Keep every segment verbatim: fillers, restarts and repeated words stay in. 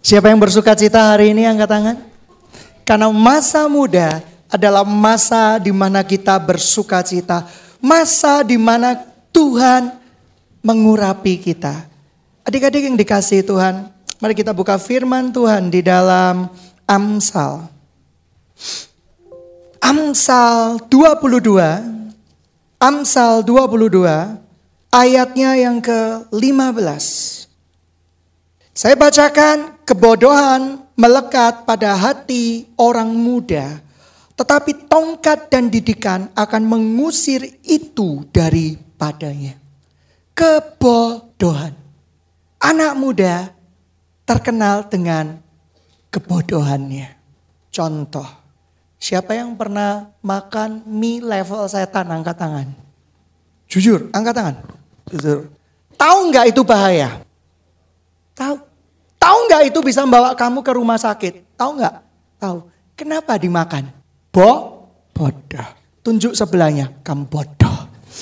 Siapa yang bersuka cita hari ini angkat tangan? Karena masa muda adalah masa di mana kita bersuka cita. Masa di mana Tuhan mengurapi kita. Adik-adik yang dikasihi Tuhan, mari kita buka firman Tuhan di dalam Amsal. Amsal dua puluh dua. Amsal dua puluh dua ayatnya yang ke lima belas. Saya bacakan, kebodohan melekat pada hati orang muda, tetapi tongkat dan didikan akan mengusir itu daripadanya. Kebodohan. Anak muda terkenal dengan kebodohannya. Contoh, siapa yang pernah makan mie level setan? Angkat tangan. Jujur, angkat tangan. Jujur. Tahu nggak itu bahaya? Tahu. Tahu nggak itu bisa membawa kamu ke rumah sakit? Tahu nggak? Tahu. Kenapa dimakan? Bo, bodoh. Tunjuk sebelahnya, kamu bodoh.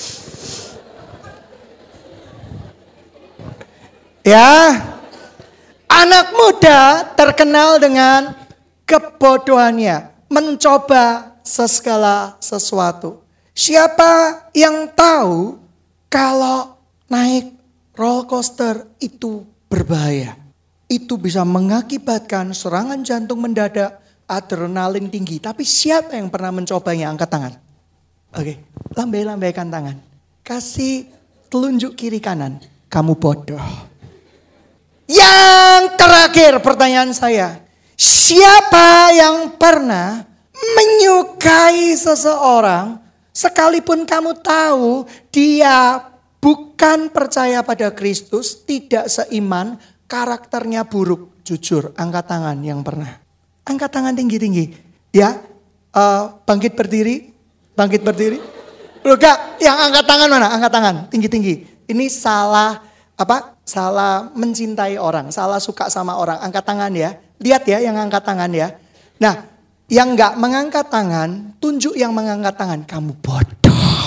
Ya, anak muda terkenal dengan kebodohannya, mencoba segala sesuatu. Siapa yang tahu kalau naik roller coaster itu berbahaya? Itu bisa mengakibatkan serangan jantung mendadak, adrenalin tinggi. Tapi siapa yang pernah mencobanya? Angkat tangan. Oke, lambai-lambaikan tangan. Kasih telunjuk kiri kanan. Kamu bodoh. Yang terakhir pertanyaan saya. Siapa yang pernah menyukai seseorang sekalipun kamu tahu dia bukan percaya pada Kristus, tidak seiman, karakternya buruk? Jujur, angkat tangan yang pernah. Angkat tangan tinggi-tinggi. Ya, uh, bangkit berdiri. Bangkit berdiri. Loh gak, yang angkat tangan mana? Angkat tangan, tinggi-tinggi. Ini salah, apa? Salah mencintai orang, salah suka sama orang. Angkat tangan ya. Lihat ya yang angkat tangan ya. Nah, yang gak mengangkat tangan, tunjuk yang mengangkat tangan. Kamu bodoh.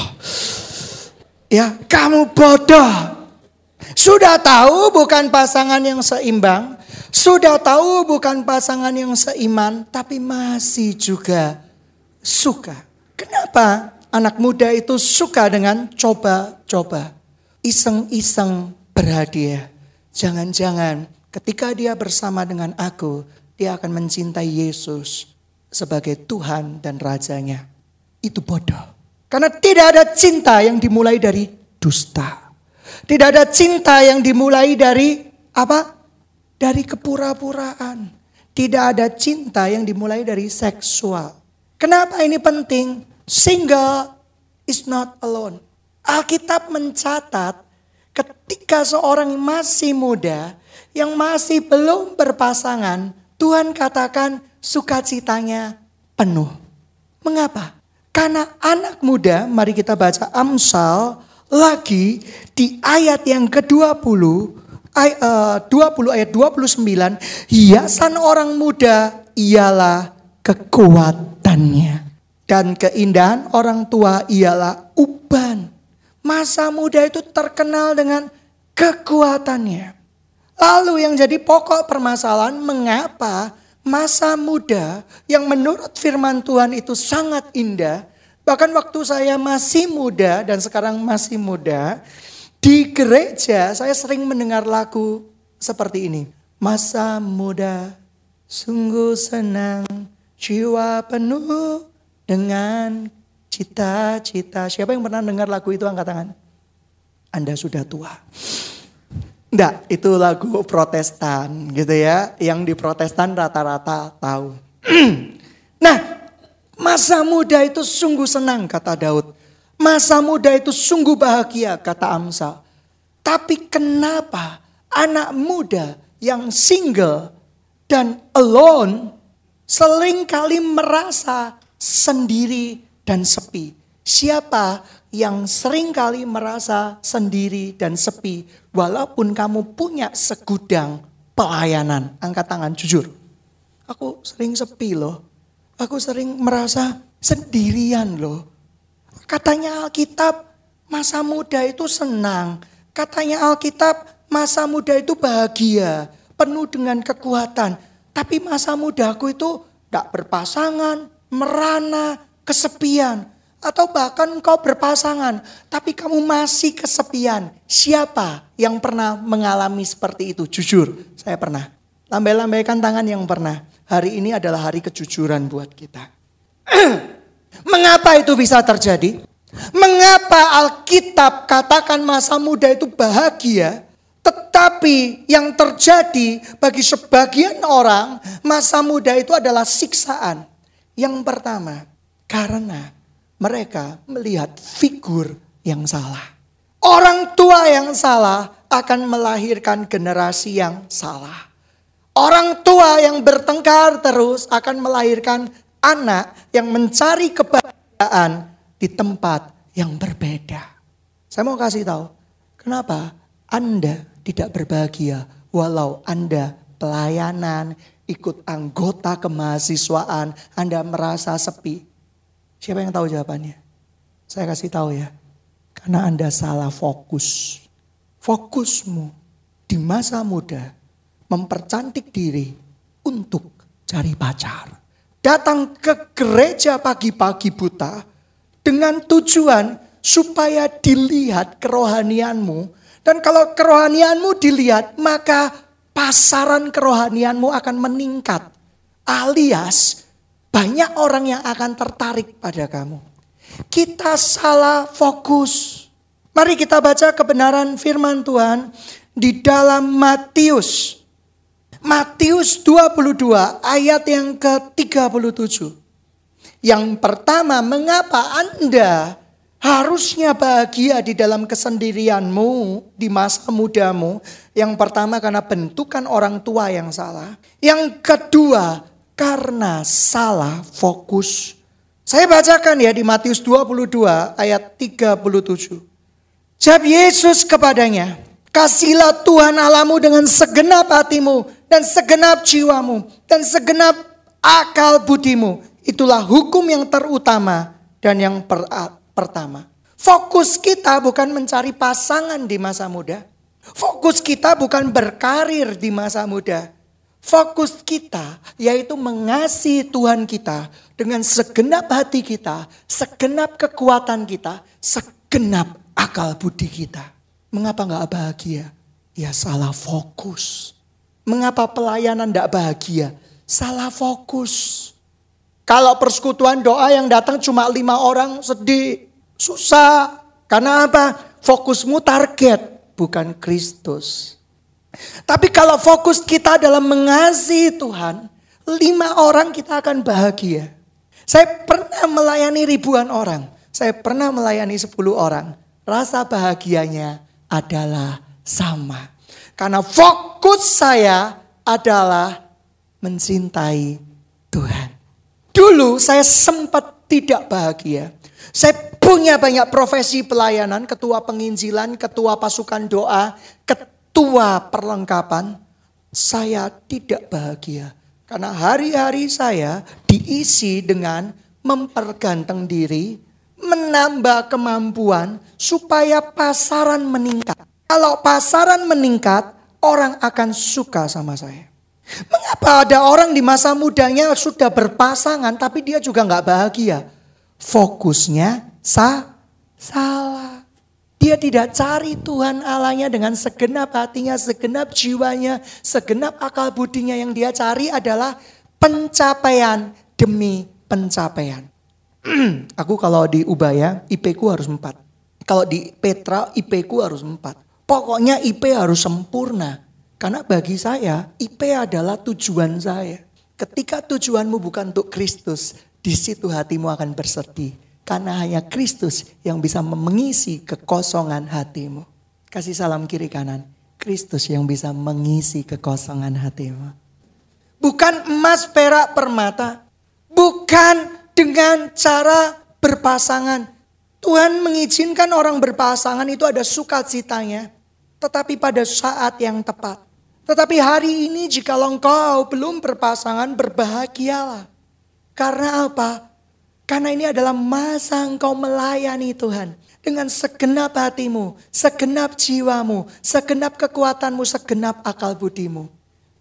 Ya, kamu bodoh. Sudah tahu bukan pasangan yang seimbang, sudah tahu bukan pasangan yang seiman, tapi masih juga suka. Kenapa anak muda itu suka dengan coba-coba, iseng-iseng berhadiah? Jangan-jangan ketika dia bersama dengan aku, dia akan mencintai Yesus sebagai Tuhan dan Rajanya. Itu bodoh. Karena tidak ada cinta yang dimulai dari dusta. Tidak ada cinta yang dimulai dari apa? Dari kepura-puraan. Tidak ada cinta yang dimulai dari seksual. Kenapa ini penting? Single is not alone. Alkitab mencatat ketika seorang masih muda, yang masih belum berpasangan, Tuhan katakan sukacitanya penuh. Mengapa? Karena anak muda, mari kita baca Amsal lagi di ayat yang ke dua puluh, ay, uh, dua puluh ayat dua puluh sembilan, hiasan orang muda ialah kekuatannya dan keindahan orang tua ialah uban. Masa muda itu terkenal dengan kekuatannya. Lalu yang jadi pokok permasalahan, mengapa masa muda yang menurut firman Tuhan itu sangat indah. Bahkan waktu saya masih muda dan sekarang masih muda, di gereja saya sering mendengar lagu seperti ini. Masa muda sungguh senang, jiwa penuh dengan cita-cita. Siapa yang pernah dengar lagu itu angkat tangan? Anda sudah tua. Enggak, itu lagu Protestan gitu ya. Yang di Protestan rata-rata tahu. Nah, masa muda itu sungguh senang kata Daud. Masa muda itu sungguh bahagia kata Amsal. Tapi kenapa anak muda yang single dan alone seringkali merasa sendiri dan sepi? Siapa yang seringkali merasa sendiri dan sepi walaupun kamu punya segudang pelayanan? Angkat tangan jujur. Aku sering sepi loh. Aku sering merasa sendirian loh. Katanya Alkitab masa muda itu senang. Katanya Alkitab masa muda itu bahagia. penuh dengan kekuatan. Tapi masa mudaku itu tidak berpasangan, merana, kesepian. Atau bahkan engkau berpasangan, tapi kamu masih kesepian. Siapa yang pernah mengalami seperti itu? Jujur, saya pernah. Lambai-lambaikan tangan yang pernah. Hari ini adalah hari kejujuran buat kita. Mengapa itu bisa terjadi? Mengapa Alkitab katakan masa muda itu bahagia? Tetapi yang terjadi bagi sebagian orang, masa muda itu adalah siksaan. Yang pertama, karena mereka melihat figur yang salah. Orang tua yang salah akan melahirkan generasi yang salah. Orang tua yang bertengkar terus akan melahirkan anak yang mencari kebahagiaan di tempat yang berbeda. Saya mau kasih tahu, kenapa Anda tidak berbahagia walau Anda pelayanan, ikut anggota kemahasiswaan, Anda merasa sepi. Siapa yang tahu jawabannya? Saya kasih tahu ya. Karena Anda salah fokus. Fokusmu di masa muda mempercantik diri untuk cari pacar. Datang ke gereja pagi-pagi buta dengan tujuan supaya dilihat kerohanianmu. Dan kalau kerohanianmu dilihat, maka pasaran kerohanianmu akan meningkat. Alias banyak orang yang akan tertarik pada kamu. Kita salah fokus. Mari kita baca kebenaran firman Tuhan di dalam Matius. Matius dua puluh dua ayat yang ke tiga puluh tujuh. Yang pertama, mengapa Anda harusnya bahagia di dalam kesendirianmu di masa mudamu? Yang pertama, karena bentukan orang tua yang salah. Yang kedua, karena salah fokus. Saya bacakan ya di Matius dua puluh dua ayat tiga puluh tujuh. Jawab Yesus kepadanya, kasihlah Tuhan Allahmu dengan segenap hatimu dan segenap jiwamu dan segenap akal budimu. Itulah hukum yang terutama dan yang per- pertama. Fokus kita bukan mencari pasangan di masa muda. Fokus kita bukan berkarir di masa muda. Fokus kita yaitu mengasihi Tuhan kita dengan segenap hati kita, segenap kekuatan kita, segenap akal budi kita. Mengapa gak bahagia? Ya salah fokus. Mengapa pelayanan gak bahagia? Salah fokus. Kalau persekutuan doa yang datang cuma lima orang sedih, susah. Karena apa? Fokusmu target, bukan Kristus. Tapi kalau fokus kita dalam mengasihi Tuhan, lima orang kita akan bahagia. Saya pernah melayani ribuan orang. Saya pernah melayani sepuluh orang. Rasa bahagianya adalah sama. Karena fokus saya adalah mencintai Tuhan. Dulu saya sempat tidak bahagia. Saya punya banyak profesi pelayanan, ketua penginjilan, ketua pasukan doa, ketua perlengkapan. Saya tidak bahagia. Karena hari-hari saya diisi dengan memperganteng diri, menambah kemampuan supaya pasaran meningkat. Kalau pasaran meningkat, orang akan suka sama saya. Mengapa ada orang di masa mudanya sudah berpasangan tapi dia juga gak bahagia? Fokusnya sa salah. Dia tidak cari Tuhan Allahnya dengan segenap hatinya, segenap jiwanya, segenap akal budinya. Yang dia cari adalah pencapaian demi pencapaian. Aku kalau di Ubaya I P ku harus empat. Kalau di Petra I P ku harus empat. Pokoknya I P harus sempurna. Karena bagi saya I P adalah tujuan saya. Ketika tujuanmu bukan untuk Kristus, di situ hatimu akan bersedih. Karena hanya Kristus yang bisa mengisi kekosongan hatimu. Kasih salam kiri kanan. Kristus yang bisa mengisi kekosongan hatimu. Bukan emas, perak, permata. Bukan dengan cara berpasangan. Tuhan mengizinkan orang berpasangan itu ada sukacitanya. Tetapi pada saat yang tepat. Tetapi hari ini jika engkau belum berpasangan, berbahagialah. Karena apa? Karena ini adalah masa engkau melayani Tuhan. Dengan segenap hatimu, segenap jiwamu, segenap kekuatanmu, segenap akal budimu.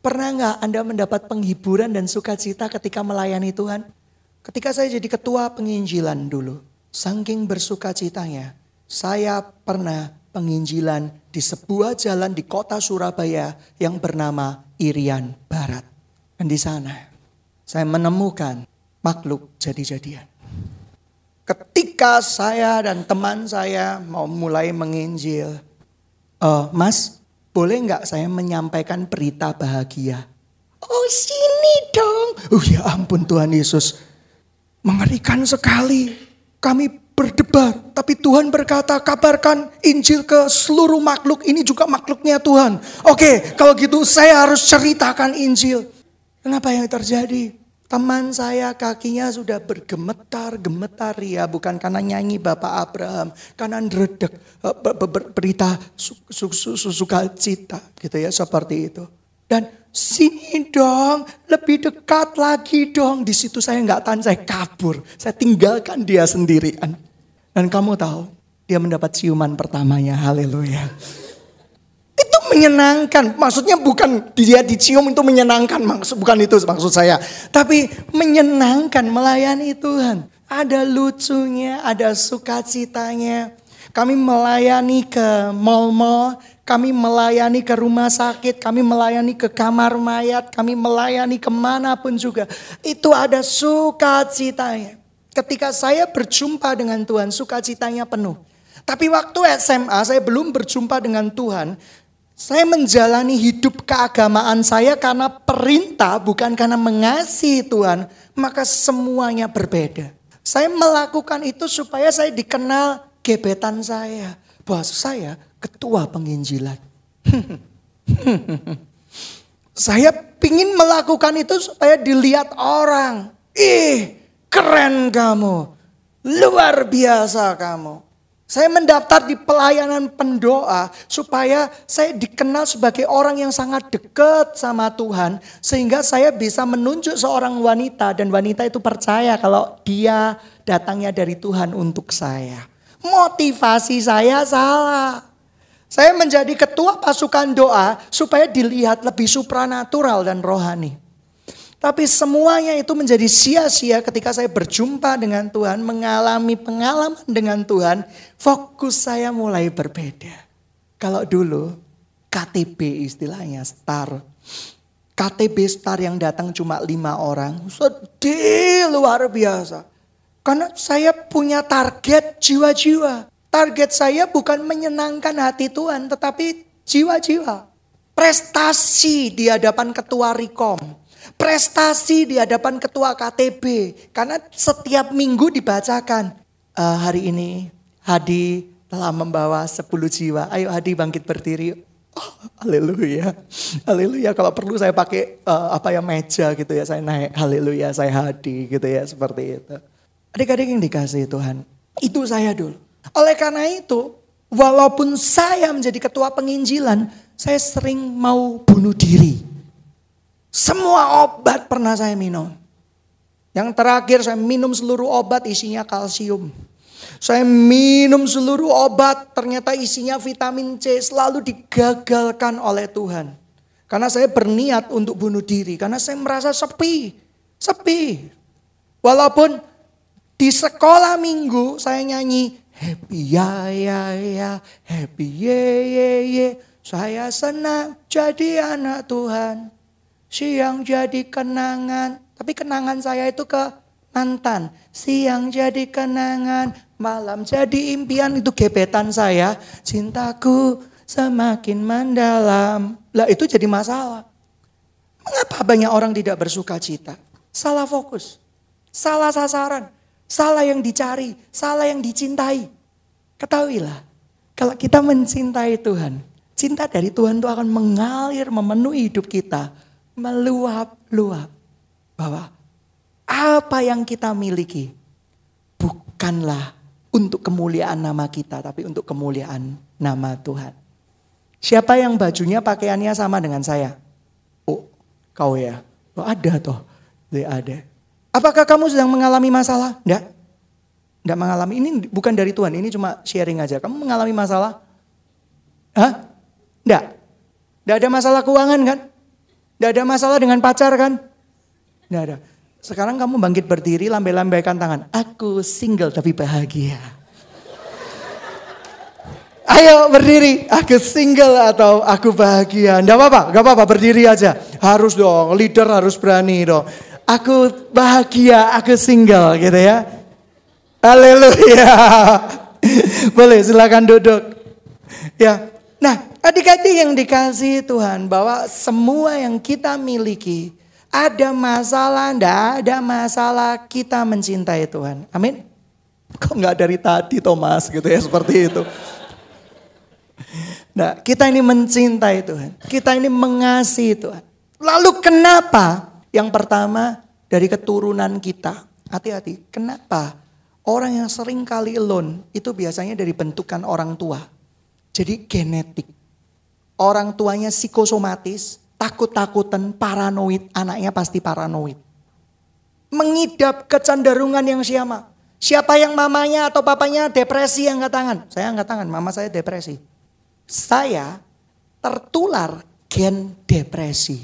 Pernah nggak Anda mendapat penghiburan dan sukacita ketika melayani Tuhan? Ketika saya jadi ketua penginjilan dulu, saking bersukacitanya, saya pernah penginjilan di sebuah jalan di kota Surabaya yang bernama Irian Barat. Dan di sana saya menemukan makhluk jadi-jadian. Ketika saya dan teman saya mau mulai menginjil, uh, Mas, boleh nggak saya menyampaikan berita bahagia? Oh sini dong. Oh ya ampun Tuhan Yesus. Mengerikan sekali. Kami berdebar. Tapi Tuhan berkata kabarkan Injil ke seluruh makhluk. Ini juga makhluknya Tuhan. Oke kalau gitu saya harus ceritakan Injil. Kenapa yang terjadi? Teman saya kakinya sudah bergemetar-gemetar ya. Bukan karena nyanyi Bapak Abraham. Karena ngeredek berita sukacita gitu ya seperti itu. Dan sini dong, lebih dekat lagi dong. Di situ saya nggak tahan, saya kabur. Saya tinggalkan dia sendirian. Dan kamu tahu, dia mendapat ciuman pertamanya. Haleluya. Itu menyenangkan. Maksudnya bukan dia dicium itu menyenangkan. Maksud, bukan itu maksud saya. Tapi menyenangkan melayani Tuhan. Ada lucunya, ada sukacitanya. Kami melayani ke mall-mall. Kami melayani ke rumah sakit, kami melayani ke kamar mayat, kami melayani kemanapun juga. Itu ada sukacitanya. Ketika saya berjumpa dengan Tuhan, sukacitanya penuh. Tapi waktu S M A saya belum berjumpa dengan Tuhan. Saya menjalani hidup keagamaan saya karena perintah, bukan karena mengasihi Tuhan. Maka semuanya berbeda. Saya melakukan itu supaya saya dikenal gebetan saya. Bahwa saya ketua penginjilan. Saya pingin melakukan itu supaya dilihat orang. Ih, keren kamu. Luar biasa kamu. Saya mendaftar di pelayanan pendoa supaya saya dikenal sebagai orang yang sangat dekat sama Tuhan. Sehingga saya bisa menunjuk seorang wanita dan wanita itu percaya kalau dia datangnya dari Tuhan untuk saya. Motivasi saya salah. Saya menjadi ketua pasukan doa supaya dilihat lebih supranatural dan rohani. Tapi semuanya itu menjadi sia-sia ketika saya berjumpa dengan Tuhan, mengalami pengalaman dengan Tuhan, fokus saya mulai berbeda. Kalau dulu K T B istilahnya star. K T B star yang datang cuma lima orang, sedih luar biasa. Karena saya punya target jiwa-jiwa. Target saya bukan menyenangkan hati Tuhan, tetapi jiwa-jiwa. Prestasi di hadapan ketua Rikom. Prestasi di hadapan ketua K T B. Karena setiap minggu dibacakan. E, hari ini Hadi telah membawa sepuluh jiwa. Ayo Hadi bangkit berdiri. Oh, haleluya. Haleluya. Kalau perlu saya pakai uh, apa ya meja gitu ya. Saya naik. Haleluya. Saya Hadi gitu ya. Seperti itu. Adik-adik yang dikasihi Tuhan. Itu saya dulu. Oleh karena itu, walaupun saya menjadi ketua penginjilan, saya sering mau bunuh diri. Semua obat pernah saya minum. Yang terakhir saya minum seluruh obat isinya kalsium. Saya minum seluruh obat ternyata isinya vitamin C, selalu digagalkan oleh Tuhan. Karena saya berniat untuk bunuh diri, karena saya merasa sepi. Sepi. Walaupun di sekolah minggu saya nyanyi happy ya ya ya, happy ye ye ye. Saya senang jadi anak Tuhan. Siang jadi kenangan. Tapi kenangan saya itu ke mantan. Siang jadi kenangan, malam jadi impian. Itu gebetan saya. Cintaku semakin mendalam. Lah itu jadi masalah. Mengapa banyak orang tidak bersuka cita? Salah fokus. Salah sasaran. Salah yang dicari, salah yang dicintai. Ketahuilah, kalau kita mencintai Tuhan, cinta dari Tuhan itu akan mengalir, memenuhi hidup kita, meluap-luap. Bahwa apa yang kita miliki bukanlah untuk kemuliaan nama kita, tapi untuk kemuliaan nama Tuhan. Siapa yang bajunya pakaiannya sama dengan saya? Oh, kau ya? Oh, ada toh, ada. Apakah kamu sedang mengalami masalah? Enggak. Enggak mengalami. Ini bukan dari Tuhan. Ini cuma sharing aja. Kamu mengalami masalah? Hah? Enggak. Enggak ada masalah keuangan kan? Tidak ada masalah dengan pacar kan? Tidak ada. Sekarang kamu bangkit berdiri, lambai-lambaikan tangan. Aku single tapi bahagia. Ayo berdiri, aku single atau aku bahagia. Tidak apa-apa, gak apa-apa, berdiri aja. Harus dong, leader harus berani dong. Aku bahagia, aku single gitu ya. Haleluya. Boleh silakan duduk. Ya. Nah, adik-adik yang dikasihi Tuhan, bahwa semua yang kita miliki, ada masalah, ndak ada masalah, kita mencintai Tuhan. Amin. Kok nggak dari tadi Thomas gitu ya, seperti itu. Nah, kita ini mencintai Tuhan. Kita ini mengasihi Tuhan. Lalu kenapa? Yang pertama dari keturunan kita. Hati-hati, kenapa? Orang yang sering kali alone itu biasanya dari bentukan orang tua. Jadi genetik. Orang tuanya psikosomatis, takut-takutan, paranoid. Anaknya pasti paranoid. Mengidap kecenderungan yang sama. Siapa yang mamanya atau papanya depresi, angkat tangan. Saya angkat tangan, mama saya depresi. Saya tertular gen depresi.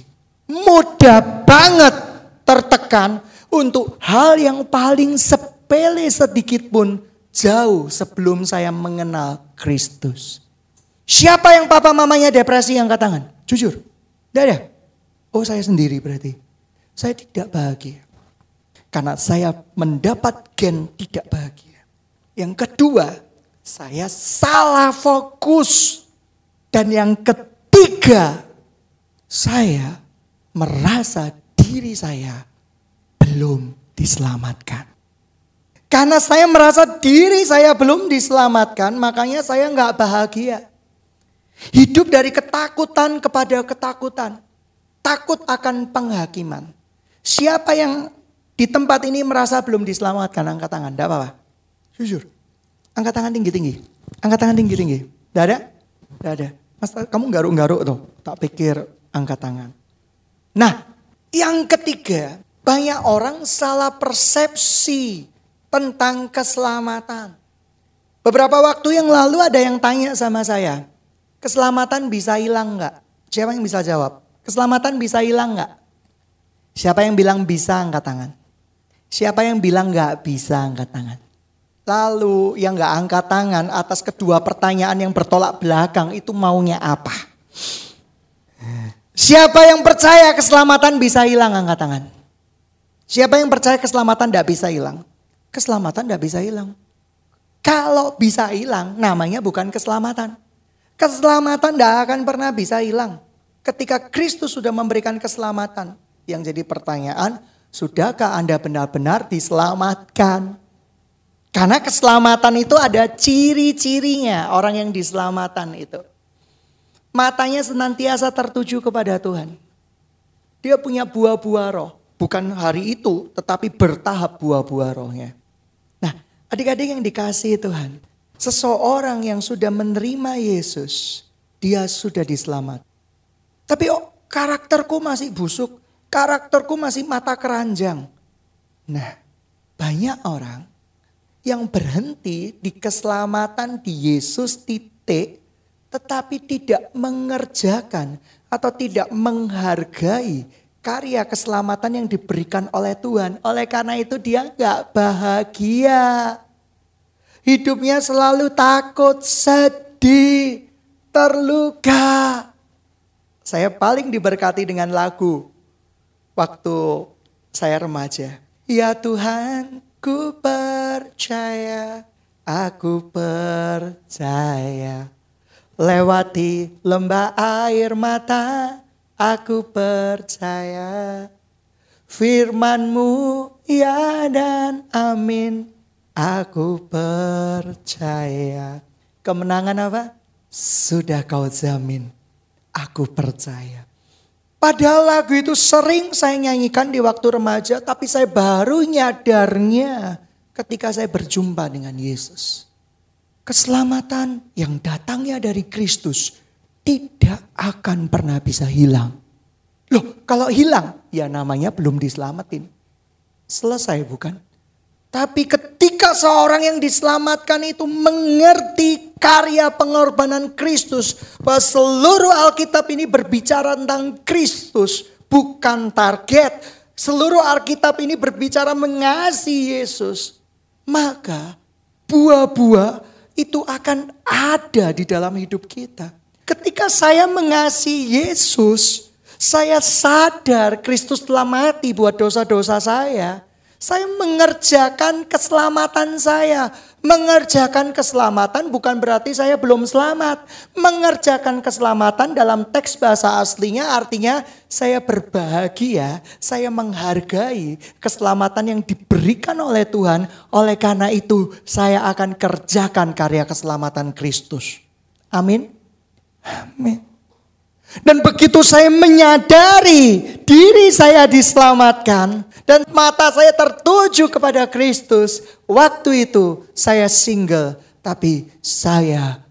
Mudah banget tertekan untuk hal yang paling sepele sedikit pun jauh sebelum saya mengenal Kristus. Siapa yang papa mamanya depresi, angkat tangan. Jujur, tidak ada. Oh, saya sendiri berarti. Saya tidak bahagia. Karena saya mendapat gen tidak bahagia. Yang kedua, saya salah fokus. Dan yang ketiga, saya merasa diri saya belum diselamatkan. Karena saya merasa diri saya belum diselamatkan, makanya saya nggak bahagia. Hidup dari ketakutan kepada ketakutan. Takut akan penghakiman. Siapa yang di tempat ini merasa belum diselamatkan, angkat tangan. Tidak apa-apa. Jujur. Angkat tangan tinggi-tinggi. Angkat tangan tinggi-tinggi. Tidak ada? Tidak ada. Mas, kamu garuk-garuk tuh. Tak pikir angkat tangan. Nah, yang ketiga. Banyak orang salah persepsi tentang keselamatan. Beberapa waktu yang lalu ada yang tanya sama saya. Keselamatan bisa hilang enggak? Siapa yang bisa jawab? Keselamatan bisa hilang enggak? Siapa yang bilang bisa, angkat tangan. Siapa yang bilang enggak bisa, angkat tangan. Lalu yang enggak angkat tangan atas kedua pertanyaan yang bertolak belakang itu maunya apa? Siapa yang percaya keselamatan bisa hilang, angkat tangan. Siapa yang percaya keselamatan enggak bisa hilang? Keselamatan enggak bisa hilang. Kalau bisa hilang namanya bukan keselamatan. Keselamatan tidak akan pernah bisa hilang. Ketika Kristus sudah memberikan keselamatan. Yang jadi pertanyaan, sudahkah Anda benar-benar diselamatkan? Karena keselamatan itu ada ciri-cirinya orang yang diselamatkan itu. Matanya senantiasa tertuju kepada Tuhan. Dia punya buah-buah roh. Bukan hari itu, tetapi bertahap buah-buah rohnya. Nah, adik-adik yang dikasihi Tuhan. Seseorang yang sudah menerima Yesus, dia sudah diselamat. Tapi oh, karakterku masih busuk, karakterku masih mata keranjang. Nah, banyak orang yang berhenti di keselamatan di Yesus titik, tetapi tidak mengerjakan atau tidak menghargai karya keselamatan yang diberikan oleh Tuhan. Oleh karena itu dia gak bahagia. Hidupnya selalu takut, sedih, terluka. Saya paling diberkati dengan lagu waktu saya remaja. Ya Tuhan, ku percaya, aku percaya. Lewati lembah air mata, aku percaya. Firman-Mu ya dan amin. Aku percaya. Kemenangan apa? Sudah kau jamin. Aku percaya. Padahal lagu itu sering saya nyanyikan di waktu remaja. Tapi saya baru nyadarnya ketika saya berjumpa dengan Yesus. Keselamatan yang datangnya dari Kristus tidak akan pernah bisa hilang. Loh, kalau hilang ya namanya belum diselamatin. Selesai bukan? Tapi ketika seorang yang diselamatkan itu mengerti karya pengorbanan Kristus. Bahwa seluruh Alkitab ini berbicara tentang Kristus. bukan target. Seluruh Alkitab ini berbicara mengasihi Yesus. Maka buah-buah itu akan ada di dalam hidup kita. Ketika saya mengasihi Yesus, saya sadar Kristus telah mati buat dosa-dosa saya. Saya mengerjakan keselamatan saya. Mengerjakan keselamatan bukan berarti saya belum selamat. Mengerjakan keselamatan dalam teks bahasa aslinya artinya saya berbahagia, saya menghargai keselamatan yang diberikan oleh Tuhan. Oleh karena itu saya akan kerjakan karya keselamatan Kristus. Amin. Amin. Dan begitu saya menyadari diri saya diselamatkan dan mata saya tertuju kepada Kristus, waktu itu saya single tapi saya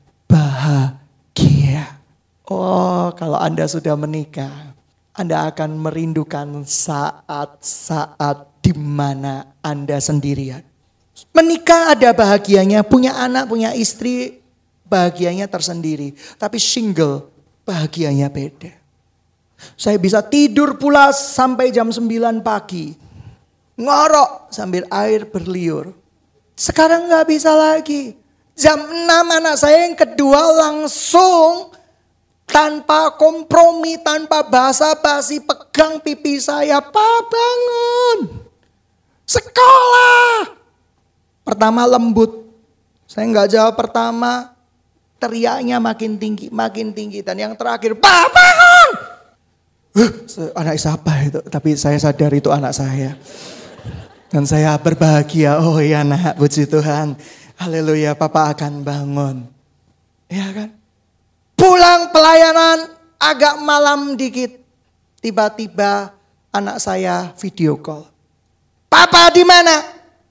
bahagia. Oh, kalau Anda sudah menikah, Anda akan merindukan saat-saat di mana Anda sendirian. Menikah ada bahagianya, punya anak, punya istri, bahagianya tersendiri. Tapi single, bahagianya beda. Saya bisa tidur pulas sampai jam sembilan pagi. Ngorok sambil air berliur. Sekarang gak bisa lagi. Jam enam anak saya yang kedua langsung tanpa kompromi, tanpa basa-basi pegang pipi saya. "Pak, bangun. Sekolah." Pertama lembut. Saya gak jawab pertama. Teriaknya makin tinggi, makin tinggi. Dan yang terakhir, "Pak, bangun!" Huh, anak siapa itu? Tapi saya sadar itu anak saya. Dan saya berbahagia. Oh iya nak, puji Tuhan. Haleluya, papa akan bangun. Ya kan? Pulang pelayanan agak malam dikit. Tiba-tiba anak saya video call. "Papa di mana?"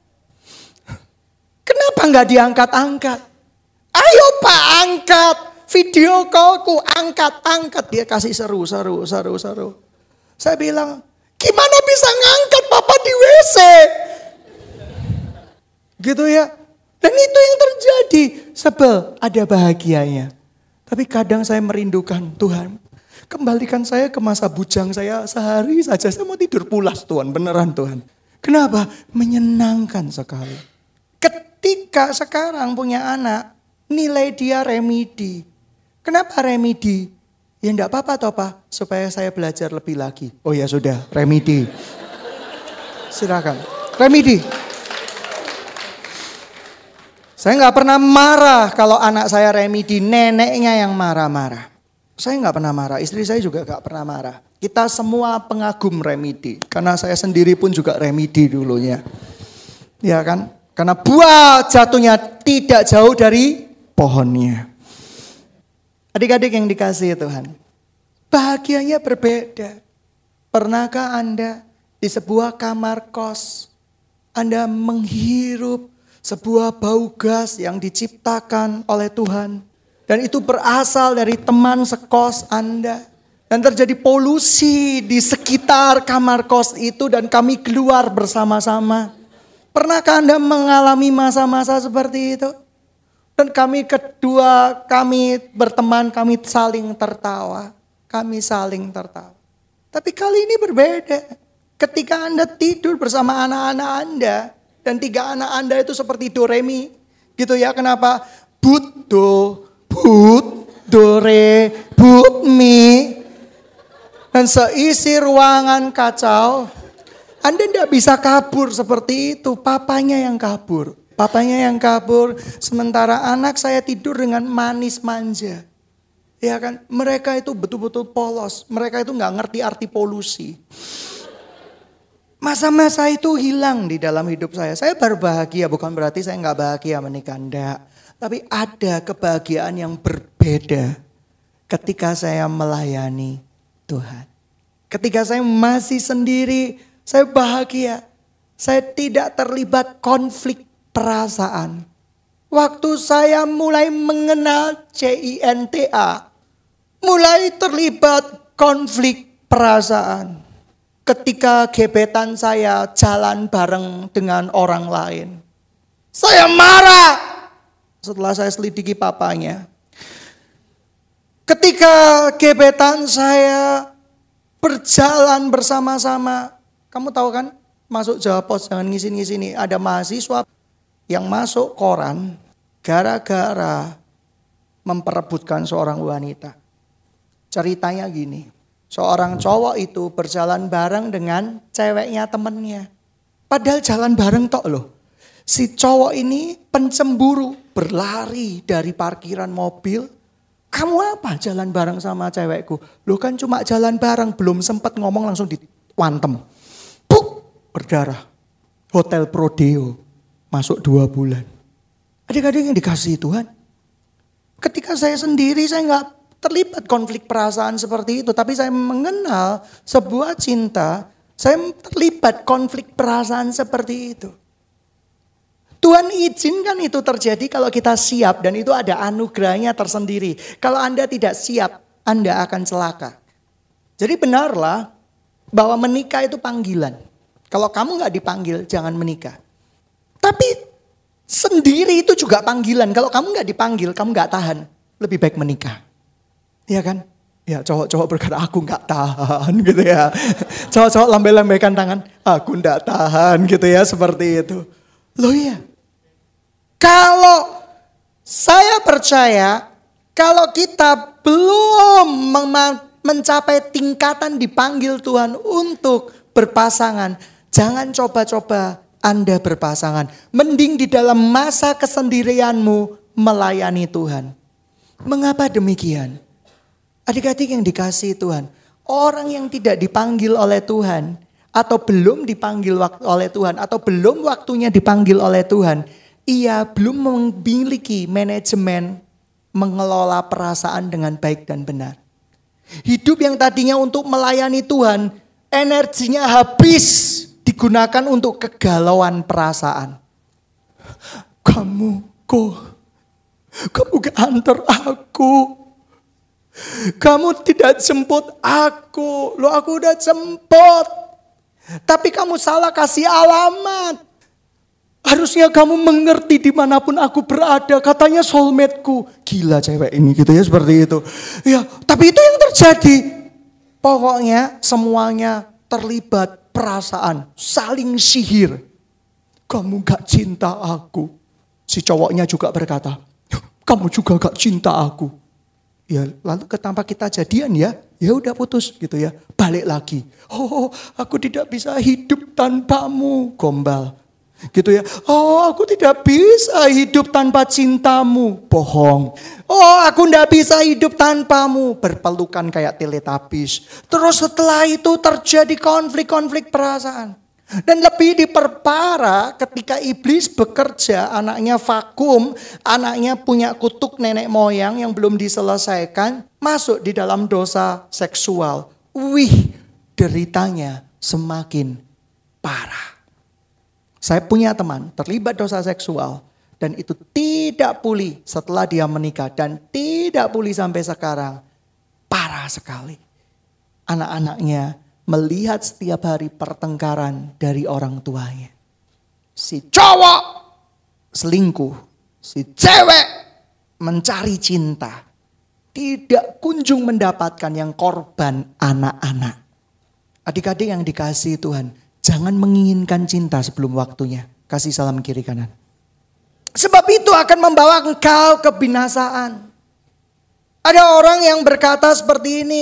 Kenapa nggak diangkat-angkat? "Ayo Pak, angkat. Video callku, angkat-angkat." Dia kasih seru, seru, seru, seru. Saya bilang, "Gimana bisa ngangkat, Papa di W C?" Gitu ya. Dan itu yang terjadi. Sebel, ada bahagianya. Tapi kadang saya merindukan, "Tuhan, kembalikan saya ke masa bujang saya sehari saja. Saya mau tidur pulas Tuhan, beneran Tuhan." Kenapa? Menyenangkan sekali. Ketika sekarang punya anak, nilai dia remedi. Kenapa remedi? Ya enggak apa-apa toh Pak, supaya saya belajar lebih lagi. Oh ya sudah, remedi. Silakan, remedi. Saya enggak pernah marah kalau anak saya remedi, neneknya yang marah-marah. Saya enggak pernah marah, istri saya juga enggak pernah marah. Kita semua pengagum remedi, karena saya sendiri pun juga remedi dulunya. Ya kan? Karena buah jatuhnya tidak jauh dari pohonnya. Adik-adik yang dikasihi Tuhan, bahagianya berbeda. Pernahkah Anda di sebuah kamar kos, Anda menghirup sebuah bau gas yang diciptakan oleh Tuhan, dan itu berasal dari teman sekos Anda, dan terjadi polusi di sekitar kamar kos itu dan kami keluar bersama-sama. Pernahkah Anda mengalami masa-masa seperti itu? Dan kami kedua, kami berteman, kami saling tertawa. Kami saling tertawa. Tapi kali ini berbeda. Ketika Anda tidur bersama anak-anak Anda. Dan tiga anak Anda itu seperti do re mi. Gitu ya, kenapa? But, do, but, do, re, but, mi. Dan seisi ruangan kacau. Anda tidak bisa kabur seperti itu. Papanya yang kabur. Papanya yang kabur, sementara anak saya tidur dengan manis manja. Ya kan, mereka itu betul-betul polos. Mereka itu gak ngerti arti polusi. Masa-masa itu hilang di dalam hidup saya. Saya baru bahagia, bukan berarti saya gak bahagia menikah. Enggak. Tapi ada kebahagiaan yang berbeda ketika saya melayani Tuhan. Ketika saya masih sendiri, saya bahagia. Saya tidak terlibat konflik perasaan. Waktu saya mulai mengenal C I N T A, mulai terlibat konflik perasaan. Ketika gebetan saya jalan bareng dengan orang lain. Saya marah. Setelah saya selidiki papanya. Ketika gebetan saya berjalan bersama-sama. Kamu tahu kan, masuk Jawa Pos jangan ngisi-ngisi. Ada mahasiswa yang masuk koran gara-gara memperebutkan seorang wanita. Ceritanya gini, seorang cowok itu berjalan bareng dengan ceweknya temennya. Padahal jalan bareng tok loh. Si cowok ini pencemburu, berlari dari parkiran mobil. Kamu apa jalan bareng sama cewekku? Loh kan cuma jalan bareng, belum sempat ngomong langsung diwantem. Puk, berdarah. Hotel Prodeo, masuk dua bulan. Adik-adik yang dikasihi Tuhan. Ketika saya sendiri, saya nggak terlibat konflik perasaan seperti itu. Tapi saya mengenal sebuah cinta, saya terlibat konflik perasaan seperti itu. Tuhan izinkan itu terjadi kalau kita siap dan itu ada anugerahnya tersendiri. Kalau Anda tidak siap, Anda akan celaka. Jadi benarlah bahwa menikah itu panggilan. Kalau kamu nggak dipanggil, jangan menikah. Tapi sendiri itu juga panggilan. Kalau kamu nggak dipanggil, kamu nggak tahan. Lebih baik menikah. Iya kan? Ya cowok-cowok berkata aku nggak tahan gitu ya. Cowok-cowok lambai-lambaikan tangan. Aku nggak tahan gitu ya seperti itu. Loh iya. Kalau saya percaya kalau kita belum mencapai tingkatan dipanggil Tuhan untuk berpasangan, jangan coba-coba Anda berpasangan. Mending di dalam masa kesendirianmu melayani Tuhan. Mengapa demikian? Adik-adik yang dikasihi Tuhan, orang yang tidak dipanggil oleh Tuhan atau belum dipanggil oleh Tuhan atau belum waktunya dipanggil oleh Tuhan, ia belum memiliki manajemen mengelola perasaan dengan baik dan benar. Hidup yang tadinya untuk melayani Tuhan, energinya habis digunakan untuk kegalauan perasaan. Kamu kok, kamu gak antar aku. Kamu tidak jemput aku. Loh aku udah jemput. Tapi kamu salah kasih alamat. Harusnya kamu mengerti dimanapun aku berada. Katanya soulmate-ku. Gila cewek ini gitu ya seperti itu. Ya, tapi itu yang terjadi. Pokoknya semuanya terlibat perasaan. Saling sihir. Kamu gak cinta aku. Si cowoknya juga berkata, kamu juga gak cinta aku. Ya lalu ketanpa kita jadian ya. Ya udah putus gitu ya. Balik lagi. Oh aku tidak bisa hidup tanpamu. Gombal. Gitu ya. Oh aku tidak bisa hidup tanpa cintamu. Bohong. Oh aku tidak bisa hidup tanpamu. Berpelukan kayak Teletubbies. Terus setelah itu terjadi konflik-konflik perasaan. Dan lebih diperparah ketika iblis bekerja, anaknya vakum, anaknya punya kutuk nenek moyang yang belum diselesaikan, masuk di dalam dosa seksual. Wih, deritanya semakin parah. Saya punya teman terlibat dosa seksual dan itu tidak pulih setelah dia menikah dan tidak pulih sampai sekarang. Parah sekali. Anak-anaknya melihat setiap hari pertengkaran dari orang tuanya. Si cowok selingkuh, si cewek mencari cinta. Tidak kunjung mendapatkan yang korban anak-anak. Adik-adik yang dikasihi Tuhan, jangan menginginkan cinta sebelum waktunya. Kasih salam kiri kanan. Sebab itu akan membawa engkau kebinasaan. Ada orang yang berkata seperti ini.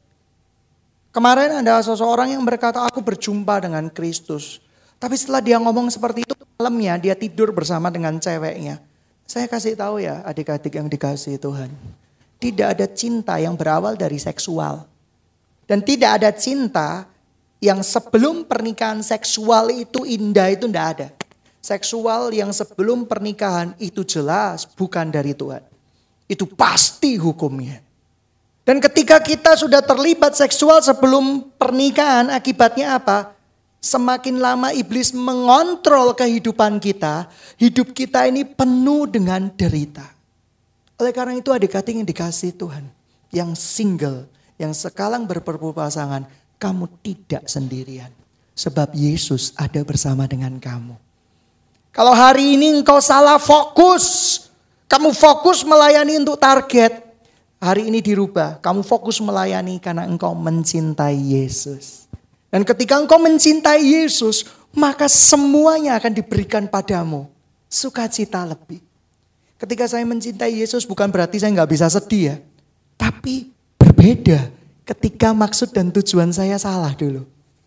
Kemarin ada seseorang yang berkata aku berjumpa dengan Kristus. Tapi setelah dia ngomong seperti itu malamnya dia tidur bersama dengan ceweknya. Saya kasih tahu ya adik-adik yang dikasihi Tuhan. Tidak ada cinta yang berawal dari seksual. Dan tidak ada cinta yang sebelum pernikahan seksual itu indah itu tidak ada. Seksual yang sebelum pernikahan itu jelas bukan dari Tuhan. Itu pasti hukumnya. Dan ketika kita sudah terlibat seksual sebelum pernikahan, akibatnya apa? Semakin lama iblis mengontrol kehidupan kita, hidup kita ini penuh dengan derita. Oleh karena itu adik-adik yang dikasihi Tuhan, yang single, yang sekarang berpasangan, kamu tidak sendirian. Sebab Yesus ada bersama dengan kamu. Kalau hari ini engkau salah fokus, kamu fokus melayani untuk target, hari ini dirubah. Kamu fokus melayani karena engkau mencintai Yesus. Dan ketika engkau mencintai Yesus, maka semuanya akan diberikan padamu. Sukacita lebih. Ketika saya mencintai Yesus bukan berarti saya nggak bisa sedih ya. Tapi berbeda ketika maksud dan tujuan saya salah dulu.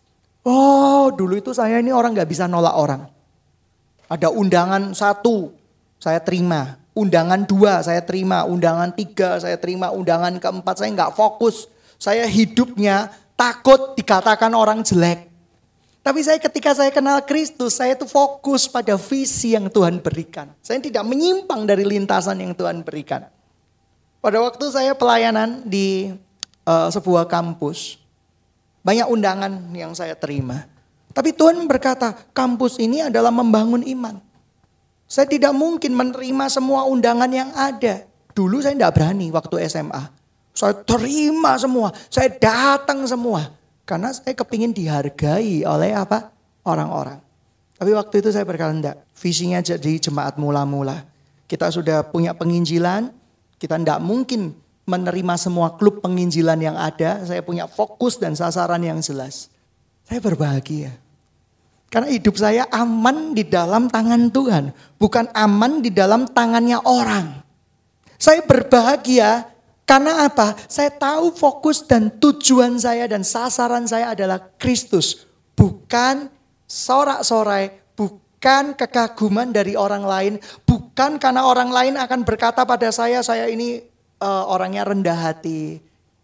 Oh dulu itu saya ini orang nggak bisa nolak orang. Ada undangan satu, saya terima. Undangan dua, saya terima. Undangan tiga, saya terima. Undangan keempat, saya nggak fokus. Saya hidupnya takut dikatakan orang jelek. Tapi saya ketika saya kenal Kristus, saya tuh fokus pada visi yang Tuhan berikan. Saya tidak menyimpang dari lintasan yang Tuhan berikan. Pada waktu saya pelayanan di uh, sebuah kampus, banyak undangan yang saya terima. Tapi Tuhan berkata, kampus ini adalah membangun iman. Saya tidak mungkin menerima semua undangan yang ada. Dulu saya tidak berani waktu S M A. Saya terima semua, saya datang semua. Karena saya kepingin dihargai oleh apa? Orang-orang. Tapi waktu itu saya berkata, enggak. Visinya jadi jemaat mula-mula. Kita sudah punya penginjilan, kita tidak mungkin menerima semua klub penginjilan yang ada. Saya punya fokus dan sasaran yang jelas. Saya berbahagia. Karena hidup saya aman di dalam tangan Tuhan. Bukan aman di dalam tangannya orang. Saya berbahagia karena apa? Saya tahu fokus dan tujuan saya dan sasaran saya adalah Kristus. Bukan sorak-sorai, bukan kekaguman dari orang lain. Bukan karena orang lain akan berkata pada saya, saya ini uh, orangnya rendah hati.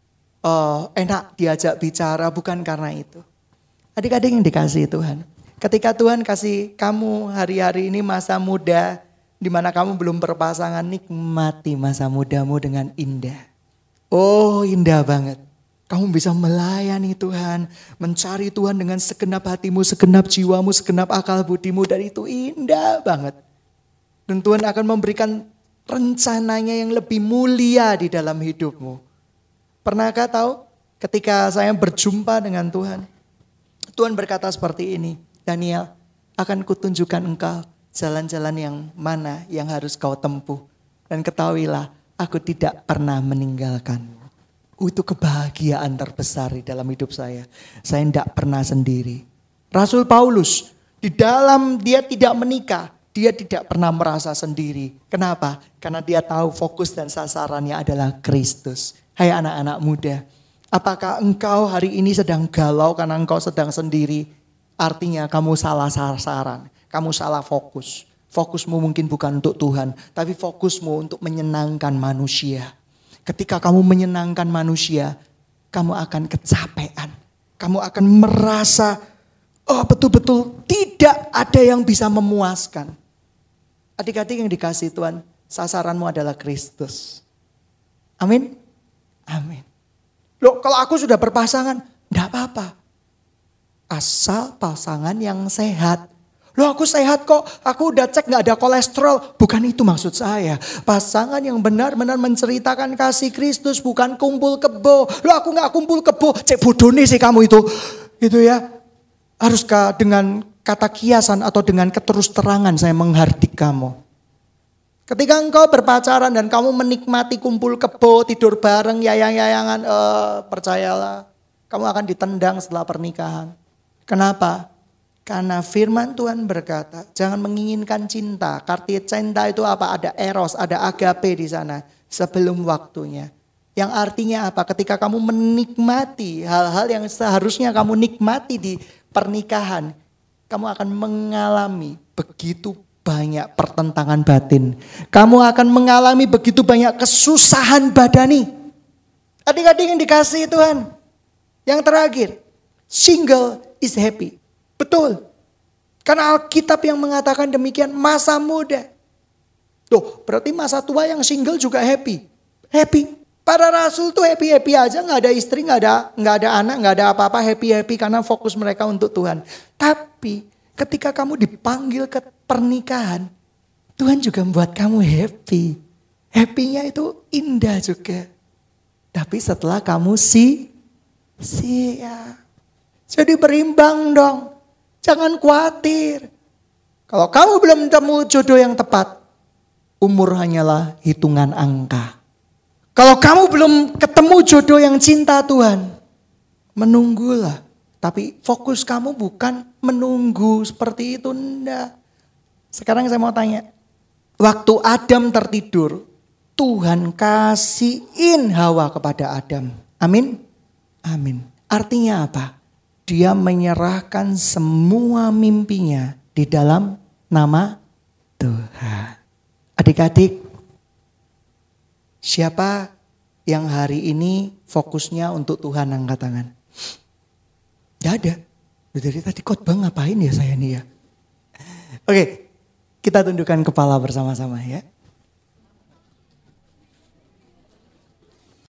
Uh, enak diajak bicara, bukan karena itu. Adik-adik yang dikasihi Tuhan. Ketika Tuhan kasih kamu hari-hari ini masa muda, di mana kamu belum berpasangan, nikmati masa mudamu dengan indah. Oh indah banget. Kamu bisa melayani Tuhan, mencari Tuhan dengan segenap hatimu, segenap jiwamu, segenap akal budimu, dan itu indah banget. Dan Tuhan akan memberikan rencananya yang lebih mulia di dalam hidupmu. Pernahkah tahu ketika saya berjumpa dengan Tuhan, Tuhan berkata seperti ini, Daniel, akan kutunjukkan engkau jalan-jalan yang mana yang harus kau tempuh. Dan ketahuilah, aku tidak pernah meninggalkanmu. Itu kebahagiaan terbesar di dalam hidup saya. Saya tidak pernah sendiri. Rasul Paulus, di dalam dia tidak menikah, dia tidak pernah merasa sendiri. Kenapa? Karena dia tahu fokus dan sasarannya adalah Kristus. Hai anak-anak muda, apakah engkau hari ini sedang galau karena engkau sedang sendiri? Artinya kamu salah sasaran, kamu salah fokus. Fokusmu mungkin bukan untuk Tuhan, tapi fokusmu untuk menyenangkan manusia. Ketika kamu menyenangkan manusia, kamu akan kecapean. Kamu akan merasa, oh betul-betul tidak ada yang bisa memuaskan. Adik-adik yang dikasihi Tuhan, sasaranmu adalah Kristus. Amin? Amin. Loh kalau aku sudah berpasangan, enggak apa-apa. Asal pasangan yang sehat. Loh aku sehat kok, aku udah cek gak ada kolesterol. Bukan itu maksud saya. Pasangan yang benar-benar menceritakan kasih Kristus, bukan kumpul kebo. Loh aku gak kumpul kebo, cek bodoh nih sih kamu itu. Gitu ya. Haruskah dengan kata kiasan atau dengan keterus terangan saya menghardik kamu? Ketika engkau berpacaran dan kamu menikmati kumpul kebo, tidur bareng, yayang-yayangan, eh, percayalah. Kamu akan ditendang setelah pernikahan. Kenapa? Karena firman Tuhan berkata, jangan menginginkan cinta. Arti cinta itu apa? Ada eros, ada agape di sana sebelum waktunya. Yang artinya apa? Ketika kamu menikmati hal-hal yang seharusnya kamu nikmati di pernikahan, kamu akan mengalami begitu banyak pertentangan batin. Kamu akan mengalami begitu banyak kesusahan badani. Adik-adik yang dikasihi Tuhan. Yang terakhir, single is happy. Betul. Karena Alkitab yang mengatakan demikian, masa muda. Tuh, berarti masa tua yang single juga happy. Happy. Para rasul tuh happy-happy aja, gak ada istri, gak ada, gak ada anak, gak ada apa-apa, happy-happy karena fokus mereka untuk Tuhan. Tapi ketika kamu dipanggil ke pernikahan, Tuhan juga membuat kamu happy. Happy-nya itu indah juga. Tapi setelah kamu si, siap. Jadi berimbang dong. Jangan khawatir. Kalau kamu belum ketemu jodoh yang tepat, umur hanyalah hitungan angka. Kalau kamu belum ketemu jodoh yang cinta Tuhan, menunggulah. Tapi fokus kamu bukan menunggu seperti itu, enggak. Sekarang saya mau tanya, waktu Adam tertidur, Tuhan kasihin Hawa kepada Adam. Amin? Amin. Artinya apa? Dia menyerahkan semua mimpinya di dalam nama Tuhan. Adik-adik, siapa yang hari ini fokusnya untuk Tuhan, angkat tangan? Gak ada. Dari tadi khotbah ngapain ya saya nih ya? Oke, kita tundukkan kepala bersama-sama ya.